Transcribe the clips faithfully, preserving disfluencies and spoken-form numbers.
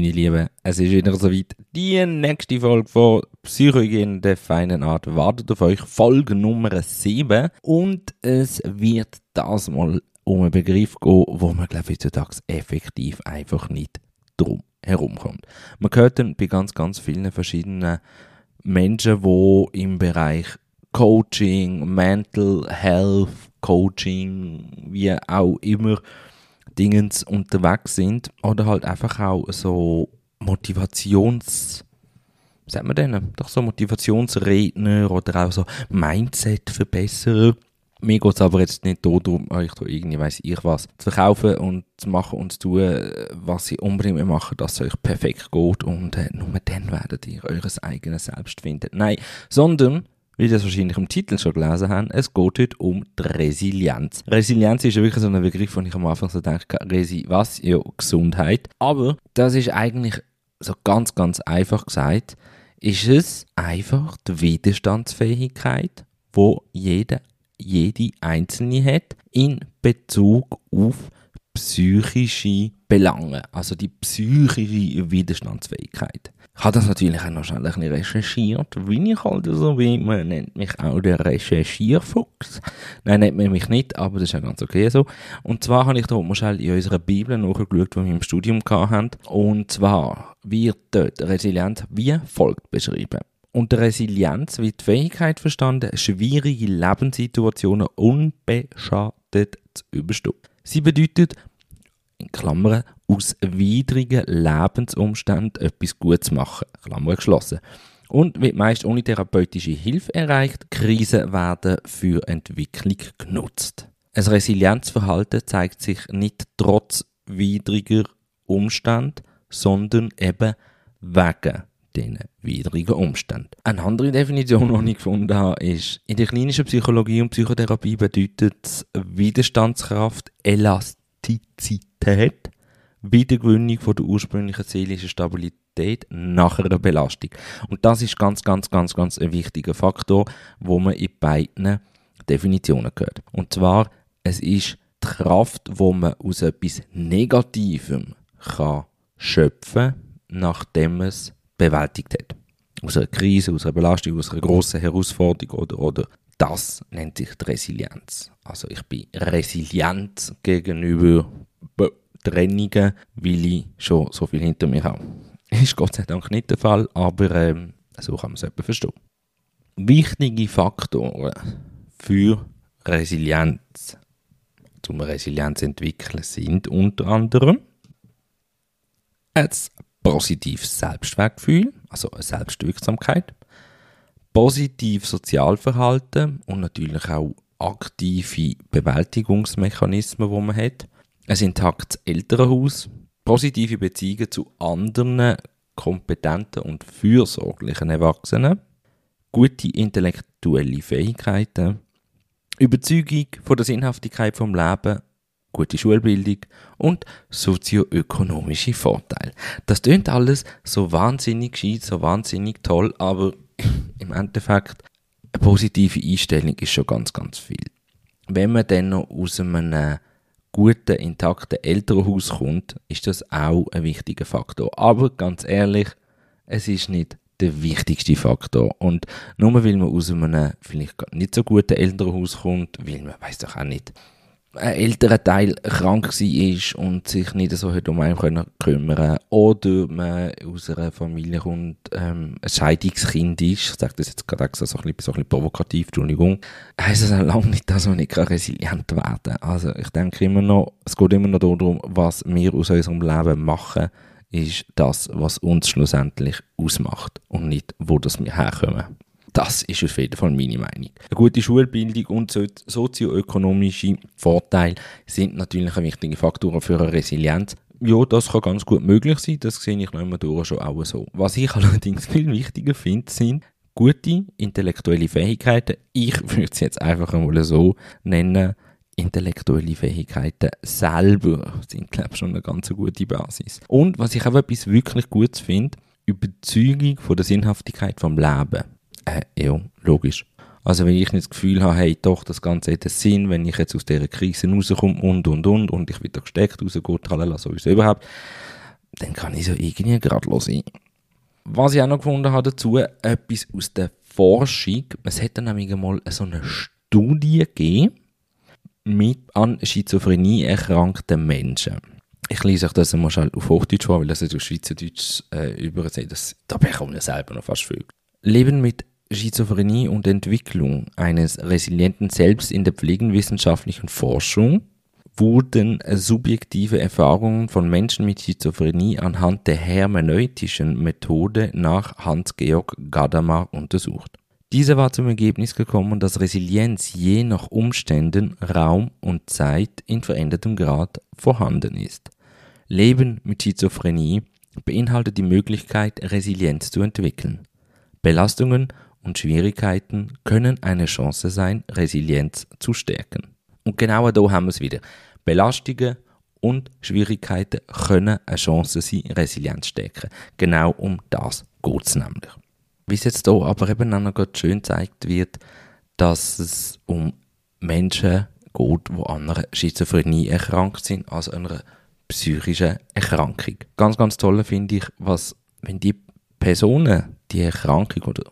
Meine Lieben, es ist wieder soweit. Die nächste Folge von Psychohygiene der feinen Art wartet auf euch. Folge Nummer sieben. Und es wird das mal um einen Begriff gehen, wo man, glaube ich, heutzutage effektiv einfach nicht drum herumkommt. Man hört dann bei ganz, ganz vielen verschiedenen Menschen, die im Bereich Coaching, Mental Health, Coaching, wie auch immer, Dingens unterwegs sind oder halt einfach auch so Motivations... Was sagt man denn? Doch so Motivationsredner oder auch so Mindset-Verbesserer. Mir geht es aber jetzt nicht darum, euch da irgendwie, weiss ich was, zu verkaufen und zu machen und zu tun, was ihr unbedingt machen, dass es euch perfekt geht und äh, nur dann werdet ihr eures eigenen Selbst finden. Nein, sondern... wie ihr das wahrscheinlich im Titel schon gelesen habt, es geht heute um die Resilienz. Resilienz ist ja wirklich so ein Begriff, wo ich am Anfang so denke, Resi, was? Ja, Gesundheit. Aber das ist eigentlich so ganz, ganz einfach gesagt, ist es einfach die Widerstandsfähigkeit, die jeder, jede Einzelne hat in Bezug auf psychische Belange, also die psychische Widerstandsfähigkeit. Ich habe das natürlich auch noch schnell ein bisschen recherchiert, wie ich halt so bin. Man nennt mich auch der Recherchierfuchs. Nein, nennt man mich nicht, aber das ist ja ganz okay so. Und zwar habe ich da mal schnell in unserer Bibel nachgeschaut, die wir im Studium hatten. Und zwar wird dort Resilienz wie folgt beschrieben. Unter Resilienz wird die Fähigkeit verstanden, schwierige Lebenssituationen unbeschadet zu überstehen. Sie bedeutet, in Klammern, aus widrigen Lebensumständen etwas Gutes machen, Klammer geschlossen. Und wird meist ohne therapeutische Hilfe erreicht. Krisen werden für Entwicklung genutzt. Ein Resilienzverhalten zeigt sich nicht trotz widriger Umstände, sondern eben wegen diesen widrigen Umständen. Eine andere Definition, die ich gefunden habe, ist, in der klinischen Psychologie und Psychotherapie bedeutet Widerstandskraft, Elastizität, Wiedergewinnung von der ursprünglichen seelischen Stabilität nach einer Belastung. Und das ist ganz, ganz, ganz, ganz ein wichtiger Faktor, wo man in beiden Definitionen hört. Und zwar, es ist die Kraft, die man aus etwas Negativem kann schöpfen, nachdem man es bewältigt hat. Aus einer Krise, aus einer Belastung, aus einer grossen Herausforderung oder, oder das nennt sich die Resilienz. Also ich bin resilient gegenüber Trennungen, weil ich schon so viel hinter mir habe. Ist Gott sei Dank nicht der Fall, aber ähm, so kann man es etwa verstehen. Wichtige Faktoren für Resilienz, zum Resilienz entwickeln, sind unter anderem ein positives Selbstwertgefühl, also eine Selbstwirksamkeit, positives Sozialverhalten und natürlich auch aktive Bewältigungsmechanismen, die man hat, ein intaktes Elternhaus, positive Beziehungen zu anderen kompetenten und fürsorglichen Erwachsenen, gute intellektuelle Fähigkeiten, Überzeugung von der Sinnhaftigkeit vom Lebens, gute Schulbildung und sozioökonomische Vorteile. Das klingt alles so wahnsinnig gescheit, so wahnsinnig toll, aber im Endeffekt eine positive Einstellung ist schon ganz, ganz viel. Wenn man dann noch aus einem guten, intakten Elternhaus kommt, ist das auch ein wichtiger Faktor. Aber ganz ehrlich, es ist nicht der wichtigste Faktor. Und nur weil man aus einem vielleicht nicht so guten Elternhaus kommt, weil man, weiss doch auch nicht, ein älterer Teil krank war und sich nicht so um einen kümmern können, oder man aus einer Familie kommt, ähm, ein Scheidungskind ist, ich sage das jetzt gerade so ein bisschen, so ein bisschen provokativ, Entschuldigung, heisst das auch lange nicht, dass man nicht resilient werden kann. Also ich denke immer noch, es geht immer noch darum, was wir aus unserem Leben machen, ist das, was uns schlussendlich ausmacht und nicht, wo das wir herkommen. Das ist auf jeden Fall meine Meinung. Eine gute Schulbildung und so- sozioökonomische Vorteile sind natürlich wichtige Faktoren für eine Resilienz. Ja, das kann ganz gut möglich sein, das sehe ich noch immer durch schon auch so. Was ich allerdings viel wichtiger finde, sind gute intellektuelle Fähigkeiten. Ich würde es jetzt einfach einmal so nennen. Intellektuelle Fähigkeiten selber sind, glaube ich, schon eine ganz gute Basis. Und was ich auch etwas wirklich Gutes finde, Überzeugung von der Sinnhaftigkeit vom Leben. Äh, ja, logisch. Also wenn ich nicht das Gefühl habe, hey, doch, das Ganze hat einen Sinn, wenn ich jetzt aus dieser Krise rauskomme und, und, und, und ich wieder gesteckt rausgehe, tralala, sowieso überhaupt, dann kann ich so irgendwie gerade sein. Was ich auch noch gefunden habe dazu, etwas aus der Forschung. Es hat dann nämlich mal so eine Studie gegeben mit an Schizophrenie erkrankten Menschen. Ich lese euch das mal schnell auf Hochdeutsch vor, weil das ist auf Schweizerdeutsch äh, übersetzt. Da bekomme ich selber noch fast viel. Leben mit Schizophrenie und Entwicklung eines resilienten Selbst in der pflegenwissenschaftlichen Forschung wurden subjektive Erfahrungen von Menschen mit Schizophrenie anhand der hermeneutischen Methode nach Hans-Georg Gadamer untersucht. Dieser war zum Ergebnis gekommen, dass Resilienz je nach Umständen, Raum und Zeit in verändertem Grad vorhanden ist. Leben mit Schizophrenie beinhaltet die Möglichkeit, Resilienz zu entwickeln. Belastungen und Schwierigkeiten können eine Chance sein, Resilienz zu stärken. Und genau da haben wir es wieder. Belastungen und Schwierigkeiten können eine Chance sein, Resilienz zu stärken. Genau um das geht es nämlich. Wie es jetzt hier aber eben auch noch schön gezeigt wird, dass es um Menschen geht, die an einer Schizophrenie erkrankt sind, also einer psychischen Erkrankung. Ganz, ganz toll finde ich, was, wenn die Personen die Erkrankung oder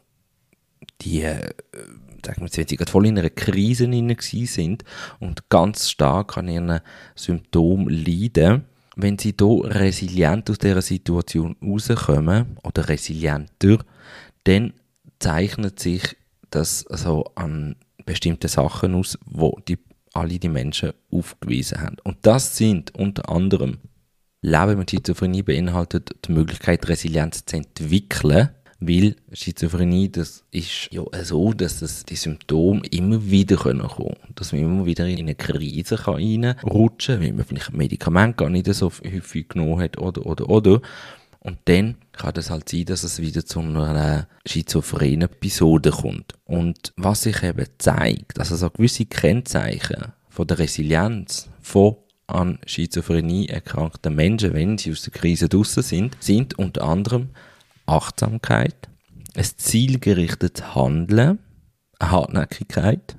die, äh, sagen wir jetzt, wenn sie gerade voll in einer Krise sind und ganz stark an ihren Symptomen leiden, wenn sie hier resilient aus dieser Situation rauskommen oder resilienter, dann zeichnet sich das so an bestimmten Sachen aus, wo die, alle die Menschen aufgewiesen haben. Und das sind unter anderem Leben mit Schizophrenie beinhaltet die Möglichkeit, Resilienz zu entwickeln, weil Schizophrenie, das ist ja so, dass das die Symptome immer wieder kommen können. Dass man immer wieder in eine Krise reinrutschen kann, weil man vielleicht Medikamente gar nicht so häufig genommen hat oder, oder, oder. Und dann kann es halt sein, dass es wieder zu einer schizophrenen Episode kommt. Und was sich eben zeigt, also so gewisse Kennzeichen von der Resilienz von an Schizophrenie erkrankten Menschen, wenn sie aus der Krise draussen sind, sind unter anderem Achtsamkeit, ein zielgerichtetes Handeln, eine Hartnäckigkeit,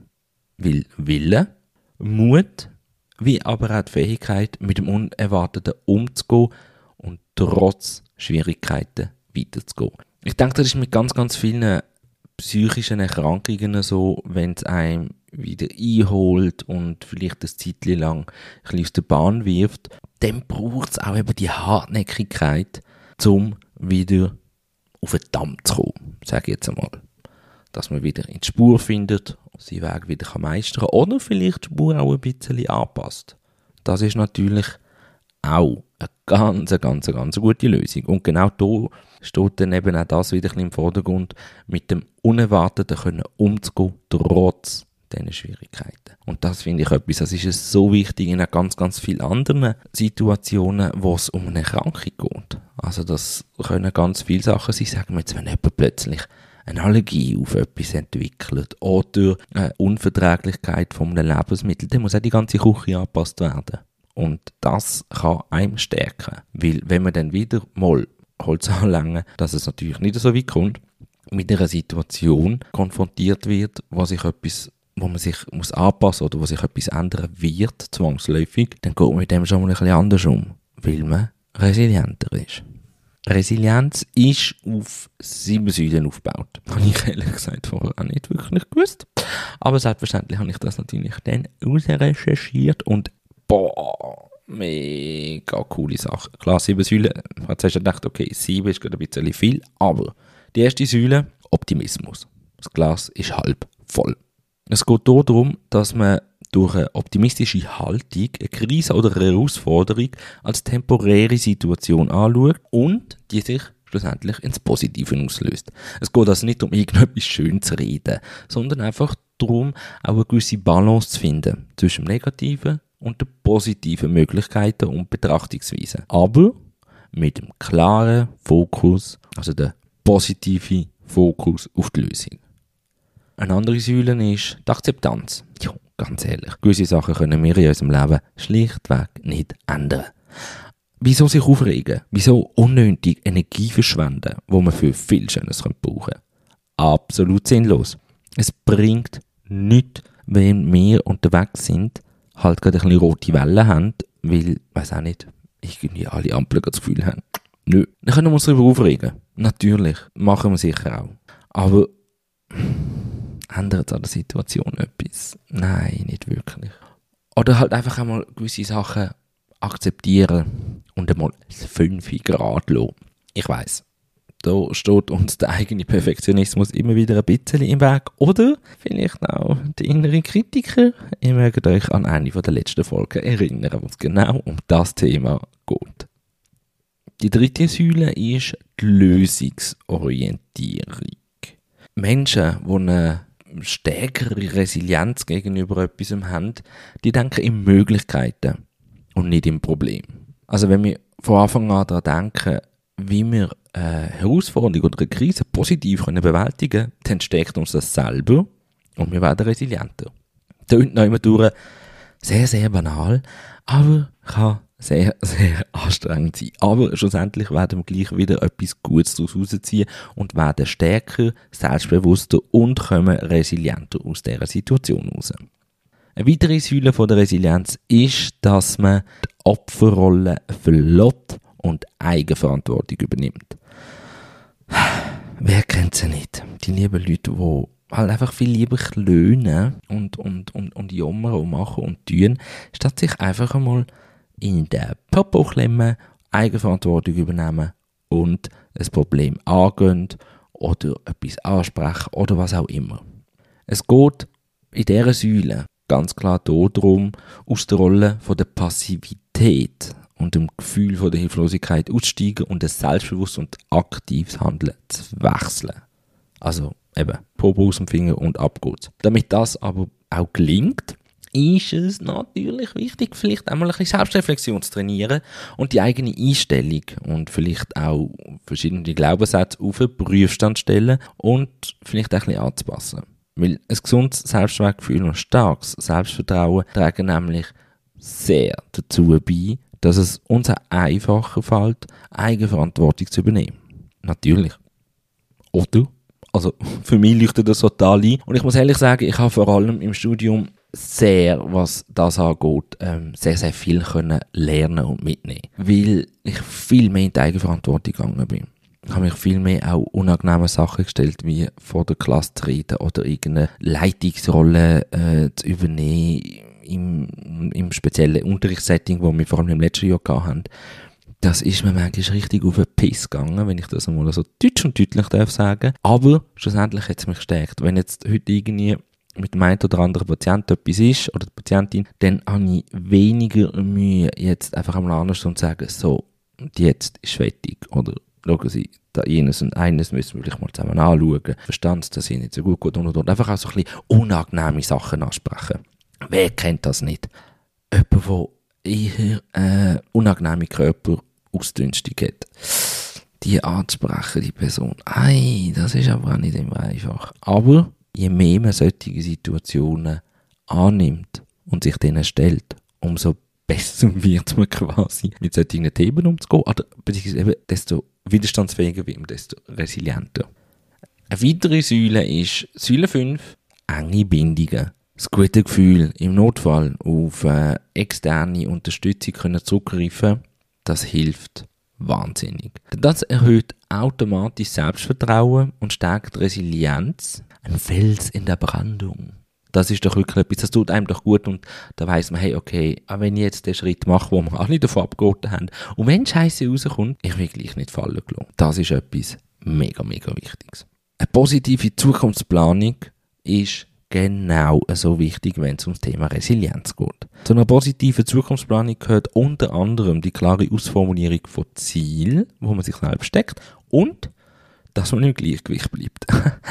Wille, Mut, wie aber auch die Fähigkeit, mit dem Unerwarteten umzugehen und trotz Schwierigkeiten weiterzugehen. Ich denke, das ist mit ganz, ganz vielen psychischen Erkrankungen so, wenn es einem wieder einholt und vielleicht ein Zeitchen lang ein bisschen aus der Bahn wirft, dann braucht es auch eben die Hartnäckigkeit, um wieder auf den Damm zu kommen, sage ich jetzt einmal. Dass man wieder in die Spur findet, seinen Weg wieder meistern kann oder vielleicht die Spur auch ein bisschen anpasst. Das ist natürlich auch eine ganz, ganz, ganz gute Lösung. Und genau da steht dann eben auch das wieder ein bisschen im Vordergrund, mit dem Unerwarteten können umzugehen, trotz diesen Schwierigkeiten. Und das finde ich etwas, das ist so wichtig in ganz, ganz vielen anderen Situationen, wo es um eine Erkrankung geht. Also das können ganz viele Sachen sein, sagen wir jetzt, wenn jemand plötzlich eine Allergie auf etwas entwickelt oder eine Unverträglichkeit von einem Lebensmittel, dann muss auch die ganze Küche angepasst werden. Und das kann einem stärken. Weil wenn man dann wieder mal Holz anlängen, dass es natürlich nicht so weit kommt, mit einer Situation konfrontiert wird, wo sich etwas, wo man sich muss anpassen oder wo sich etwas ändern wird, zwangsläufig, dann geht man mit dem schon mal ein bisschen anders um, weil man resilienter ist. Resilienz ist auf sieben Säulen aufgebaut. Habe ich ehrlich gesagt vorher auch nicht wirklich gewusst. Aber selbstverständlich habe ich das natürlich dann rausrecherchiert und boah, mega coole Sache. Klar, sieben Säulen. Jetzt hast du gedacht, okay, sieben ist gerade ein bisschen viel, aber die erste Säule, Optimismus. Das Glas ist halb voll. Es geht hier darum, dass man durch eine optimistische Haltung eine Krise oder eine Herausforderung als temporäre Situation anschaut und die sich schlussendlich ins Positive auslöst. Es geht also nicht um irgendetwas schön zu reden, sondern einfach darum, auch eine gewisse Balance zu finden zwischen dem Negativen und den positiven Möglichkeiten und Betrachtungsweisen. Aber mit dem klaren Fokus, also der positive Fokus auf die Lösung. Eine andere Säule ist die Akzeptanz. Ja, ganz ehrlich, gewisse Sachen können wir in unserem Leben schlichtweg nicht ändern. Wieso sich aufregen? Wieso unnötig Energie verschwenden, wo man für viel Schönes brauchen können? Absolut sinnlos. Es bringt nichts, wenn wir unterwegs sind, halt gerade ein bisschen rote Wellen haben, weil, weiß auch nicht, irgendwie alle Ampeln das Gefühl haben, Nö. Dann können wir uns darüber aufregen. Natürlich. Machen wir sicher auch. Aber ändert es an der Situation etwas? Nein, nicht wirklich. Oder halt einfach einmal gewisse Sachen akzeptieren und einmal fünf Grad lassen. Ich weiss, da steht uns der eigene Perfektionismus immer wieder ein bisschen im Weg. Oder vielleicht auch der innere Kritiker. Ihr mögt euch an eine der letzten Folgen erinnern, wo es genau um das Thema geht. Die dritte Säule ist die Lösungsorientierung. Menschen, die eine stärkere Resilienz gegenüber etwas haben, die denken in Möglichkeiten und nicht im Problem. Also wenn wir von Anfang an daran denken, wie wir eine Herausforderung oder eine Krise positiv bewältigen können, dann stärkt uns das selber und wir werden resilienter. Das klingt noch immer durch sehr, sehr banal, aber kann sehr, sehr anstrengend sein. Aber schlussendlich werden wir gleich wieder etwas Gutes daraus rausziehen und werden stärker, selbstbewusster und kommen resilienter aus dieser Situation raus. Eine weitere Säule von der Resilienz ist, dass man die Opferrolle verlässt und Eigenverantwortung übernimmt. Wer kennt sie nicht? Die lieben Leute, die halt einfach viel lieber klönen und, und, und, und jammern und machen und tun, statt sich einfach einmal in den Popo klemmen, Eigenverantwortung übernehmen und ein Problem angehen oder etwas ansprechen oder was auch immer. Es geht in dieser Säule ganz klar darum, aus der Rolle von der Passivität und dem Gefühl von der Hilflosigkeit auszusteigen und ein selbstbewusstes und aktives Handeln zu wechseln. Also eben, Popo aus dem Finger und ab geht's. Damit das aber auch gelingt, ist es natürlich wichtig, vielleicht einmal ein bisschen Selbstreflexion zu trainieren und die eigene Einstellung und vielleicht auch verschiedene Glaubenssätze auf den Prüfstand stellen und vielleicht auch ein bisschen anzupassen. Weil ein gesundes Selbstwertgefühl und ein starkes Selbstvertrauen tragen nämlich sehr dazu bei, dass es uns auch einfacher fällt, Eigenverantwortung zu übernehmen. Natürlich. Oder? Also für mich leuchtet das total ein. Und ich muss ehrlich sagen, ich habe vor allem im Studium sehr, was das angeht, ähm, sehr, sehr viel können lernen und mitnehmen. Weil ich viel mehr in die Eigenverantwortung gegangen bin. Ich habe mich viel mehr auch unangenehme Sachen gestellt, wie vor der Klasse zu reden oder irgendeine Leitungsrolle äh, zu übernehmen im, im speziellen Unterrichtssetting, das wir vor allem im letzten Jahr hatten. Das ist mir manchmal richtig auf den Piss gegangen, wenn ich das einmal so deutsch und deutlich darf sagen. Aber schlussendlich hat es mich gestärkt. Wenn jetzt heute irgendwie mit dem einen oder anderen Patienten etwas ist, oder die Patientin, dann habe ich weniger Mühe, jetzt einfach einmal anders und zu sagen, so, jetzt ist fertig. Oder schauen Sie, da jenes und eines müssen wir vielleicht mal zusammen anschauen. Verstanden, dass Sie nicht so gut geht und und und. Einfach auch so ein bisschen unangenehme Sachen ansprechen. Wer kennt das nicht? Jemand, der eher äh, unangenehme Körperausdünstung hat. Die anzusprechen, die Person. Ei, das ist aber auch nicht immer einfach. Aber je mehr man solche Situationen annimmt und sich denen stellt, umso besser wird man quasi mit solchen Themen umzugehen. Oder beziehungsweise eben, desto widerstandsfähiger wird man, desto resilienter. Eine weitere Säule ist Säule fünf, enge Bindungen. Das gute Gefühl, im Notfall auf äh, externe Unterstützung können zurückgreifen, das hilft wahnsinnig. Das erhöht automatisch Selbstvertrauen und stärkt Resilienz. Ein Fels in der Brandung. Das ist doch wirklich etwas, das tut einem doch gut und da weiss man, hey, okay, auch wenn ich jetzt den Schritt mache, wo wir alle davon abgeraten haben, und wenn Scheiße rauskommt, ich will gleich nicht fallen gelassen. Das ist etwas mega, mega Wichtiges. Eine positive Zukunftsplanung ist genau so wichtig, wenn es ums Thema Resilienz geht. Zu einer positiven Zukunftsplanung gehört unter anderem die klare Ausformulierung von Zielen, wo man sich selbst steckt, und dass man im Gleichgewicht bleibt.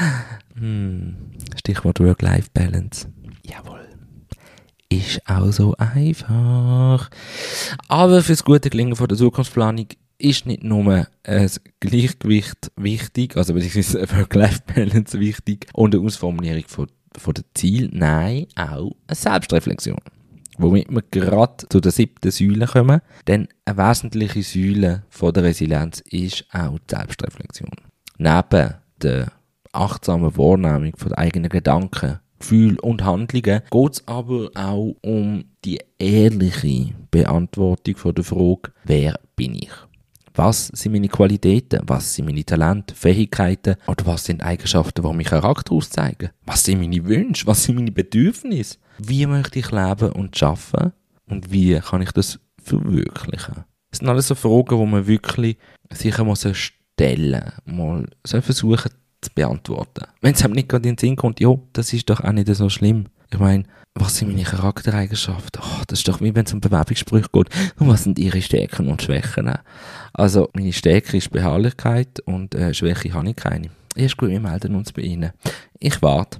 hm, Stichwort Work-Life-Balance. Jawohl. Ist auch so einfach. Aber für das gute Gelingen von der Zukunftsplanung ist nicht nur ein Gleichgewicht wichtig, also beziehungsweise eine Work-Life-Balance wichtig und eine Ausformulierung von, von den Zielen, nein, auch eine Selbstreflexion. Womit wir gerade zu der siebten Säule kommen, denn eine wesentliche Säule von der Resilienz ist auch die Selbstreflexion. Neben der achtsamen Wahrnehmung von den eigenen Gedanken, Gefühlen und Handlungen geht es aber auch um die ehrliche Beantwortung von der Frage, wer bin ich? Was sind meine Qualitäten? Was sind meine Talente, Fähigkeiten? Oder was sind Eigenschaften, die meinen Charakter auszeigen? Was sind meine Wünsche? Was sind meine Bedürfnisse? Wie möchte ich leben und arbeiten? Und wie kann ich das verwirklichen? Das sind alles so Fragen, die man wirklich sich einmal stellen muss, mal so versuchen zu beantworten. Wenn es einem nicht gerade in den Sinn kommt, ja, das ist doch auch nicht so schlimm. Ich meine, was sind meine Charaktereigenschaften? Oh, das ist doch wie wenn es um Bewerbungsgespräche geht. Und was sind ihre Stärken und Schwächen? Also, meine Stärke ist Beharrlichkeit und äh, Schwäche habe ich keine. Erst gut, wir melden uns bei Ihnen. Ich warte.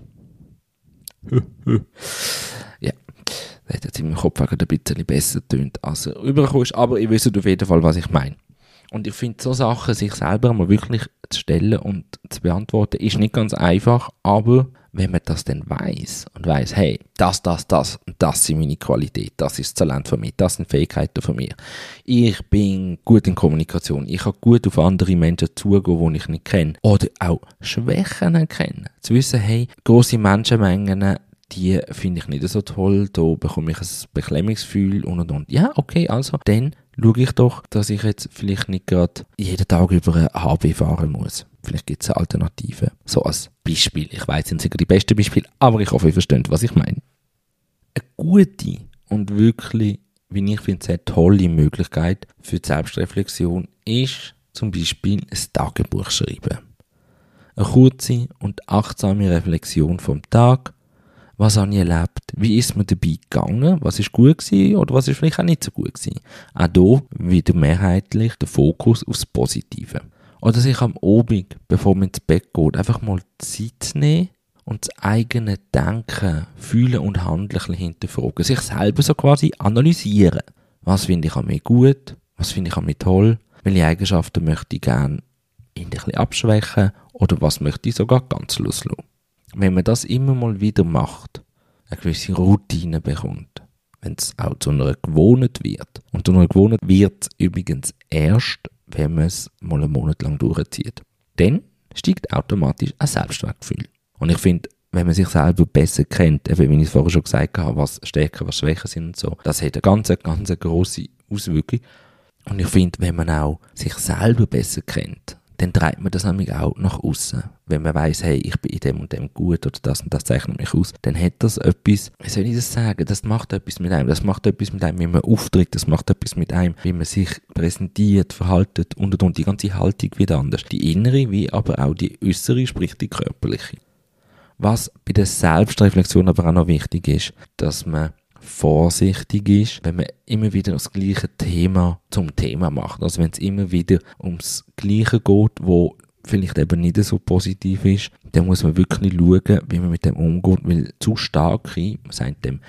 Ja, das hat jetzt in meinem Kopf ein bisschen besser getönt, als er rübergekommen ist. Aber ihr wisst auf jeden Fall, was ich meine. Und ich finde, so Sachen, sich selber mal wirklich zu stellen und zu beantworten, ist nicht ganz einfach, aber wenn man das dann weiss und weiss, hey, das, das, das, das sind meine Qualitäten, das ist das Talent von mir, das sind Fähigkeiten von mir. Ich bin gut in Kommunikation, ich kann gut auf andere Menschen zugehen, die ich nicht kenne. Oder auch Schwächen erkennen. Zu wissen, hey, grosse Menschenmengen, die finde ich nicht so toll, da bekomme ich ein Beklemmungsgefühl und und und. Ja, okay, also, dann schaue ich doch, dass ich jetzt vielleicht nicht gerade jeden Tag über ein H B fahren muss. Vielleicht gibt es eine Alternative. So als Beispiel. Ich weiss, sind sicher die besten Beispiele, aber ich hoffe, ihr versteht, was ich meine. Eine gute und wirklich, wie ich finde, sehr tolle Möglichkeit für die Selbstreflexion ist zum Beispiel ein Tagebuch schreiben. Eine kurze und achtsame Reflexion vom Tag. Was habe ich erlebt? Wie ist mir dabei gegangen? Was ist gut gewesen oder was ist vielleicht auch nicht so gut gewesen? Auch hier wieder mehrheitlich der Fokus aufs Positive. Oder sich am Abend, bevor man ins Bett geht, einfach mal Zeit zu nehmen und das eigene Denken, Fühlen und Handeln ein bisschen hinterfragen. Sich selber so quasi analysieren. Was finde ich an mir gut? Was finde ich an mir toll? Welche Eigenschaften möchte ich gerne ein bisschen abschwächen? Oder was möchte ich sogar ganz loslassen? Wenn man das immer mal wieder macht, eine gewisse Routine bekommt, wenn es auch zu einer Gewohnheit wird. Und zu einer Gewohnheit wird es übrigens erst, wenn man es mal einen Monat lang durchzieht. Dann steigt automatisch ein Selbstwertgefühl. Und ich finde, wenn man sich selber besser kennt, eben wie ich es vorher schon gesagt habe, was Stärken, was Schwächen sind und so, das hat eine ganz, ganz grosse Auswirkung. Und ich finde, wenn man auch sich selber besser kennt, dann treibt man das nämlich auch nach außen. Wenn man weiss, hey, ich bin in dem und dem gut oder das und das zeichnet mich aus, dann hat das etwas, wie soll ich das sagen, das macht etwas mit einem, das macht etwas mit einem, wie man auftritt, das macht etwas mit einem, wie man sich präsentiert, verhaltet und und und, die ganze Haltung wird anders. Die innere, wie aber auch die äußere, sprich die körperliche. Was bei der Selbstreflexion aber auch noch wichtig ist, dass man vorsichtig ist, wenn man immer wieder das gleiche Thema zum Thema macht. Also wenn es immer wieder ums Gleiche geht, wo vielleicht eben nicht so positiv ist, dann muss man wirklich schauen, wie man mit dem umgeht, weil zu starke, man sagt dem,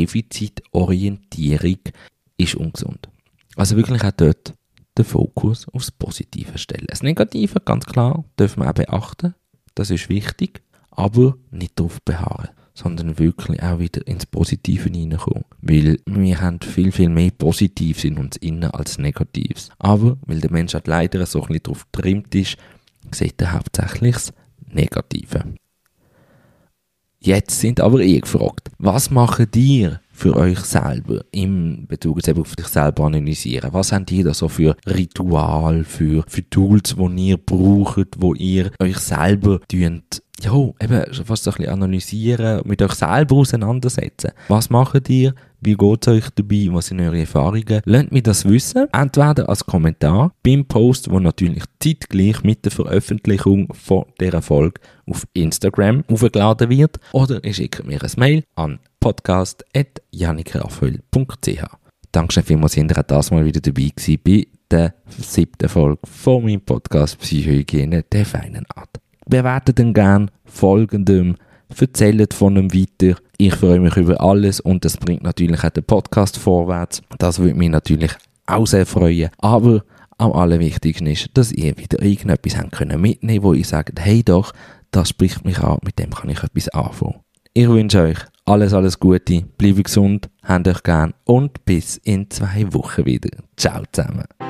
Defizitorientierung ist ungesund. Also wirklich auch dort den Fokus aufs Positive stellen. Das Negative, ganz klar, dürfen wir auch beachten, das ist wichtig, aber nicht darauf beharren, sondern wirklich auch wieder ins Positive hineinkommen. Weil wir haben viel, viel mehr Positives in uns innen als Negatives. Aber, weil der Mensch halt leider so ein bisschen darauf getrimmt ist, sieht er hauptsächlich das Negative. Jetzt sind aber ihr gefragt, was macht ihr für euch selber im Bezug jetzt eben auf dich selber analysieren? Was habt ihr da so für Ritual, für, für Tools, die ihr braucht, wo ihr euch selber tünt, ja, eben fast so ein bisschen analysieren, mit euch selber auseinandersetzen. Was macht ihr? Wie geht es euch dabei? Was sind eure Erfahrungen? Lasst mich das wissen. Entweder als Kommentar beim Post, wo natürlich zeitgleich mit der Veröffentlichung von dieser Folge auf Instagram aufgeladen wird. Oder ihr schickt mir ein Mail an podcast at jannikrafel punkt c h. Dankeschön vielmals, dass ihr das mal wieder dabei gewesen bei der siebten Folge von meinem Podcast Psychohygiene der feinen Art. Bewertet ihn gerne, folgt ihm, erzählt von ihm weiter. Ich freue mich über alles und das bringt natürlich auch den Podcast vorwärts. Das würde mich natürlich auch sehr freuen. Aber am allerwichtigsten ist, dass ihr wieder irgendetwas haben können mitnehmen, wo ihr sagt, hey doch, das spricht mich an, mit dem kann ich etwas anfangen. Ich wünsche euch alles, alles Gute, bleibt gesund, habt euch gern und bis in zwei Wochen wieder. Ciao zusammen.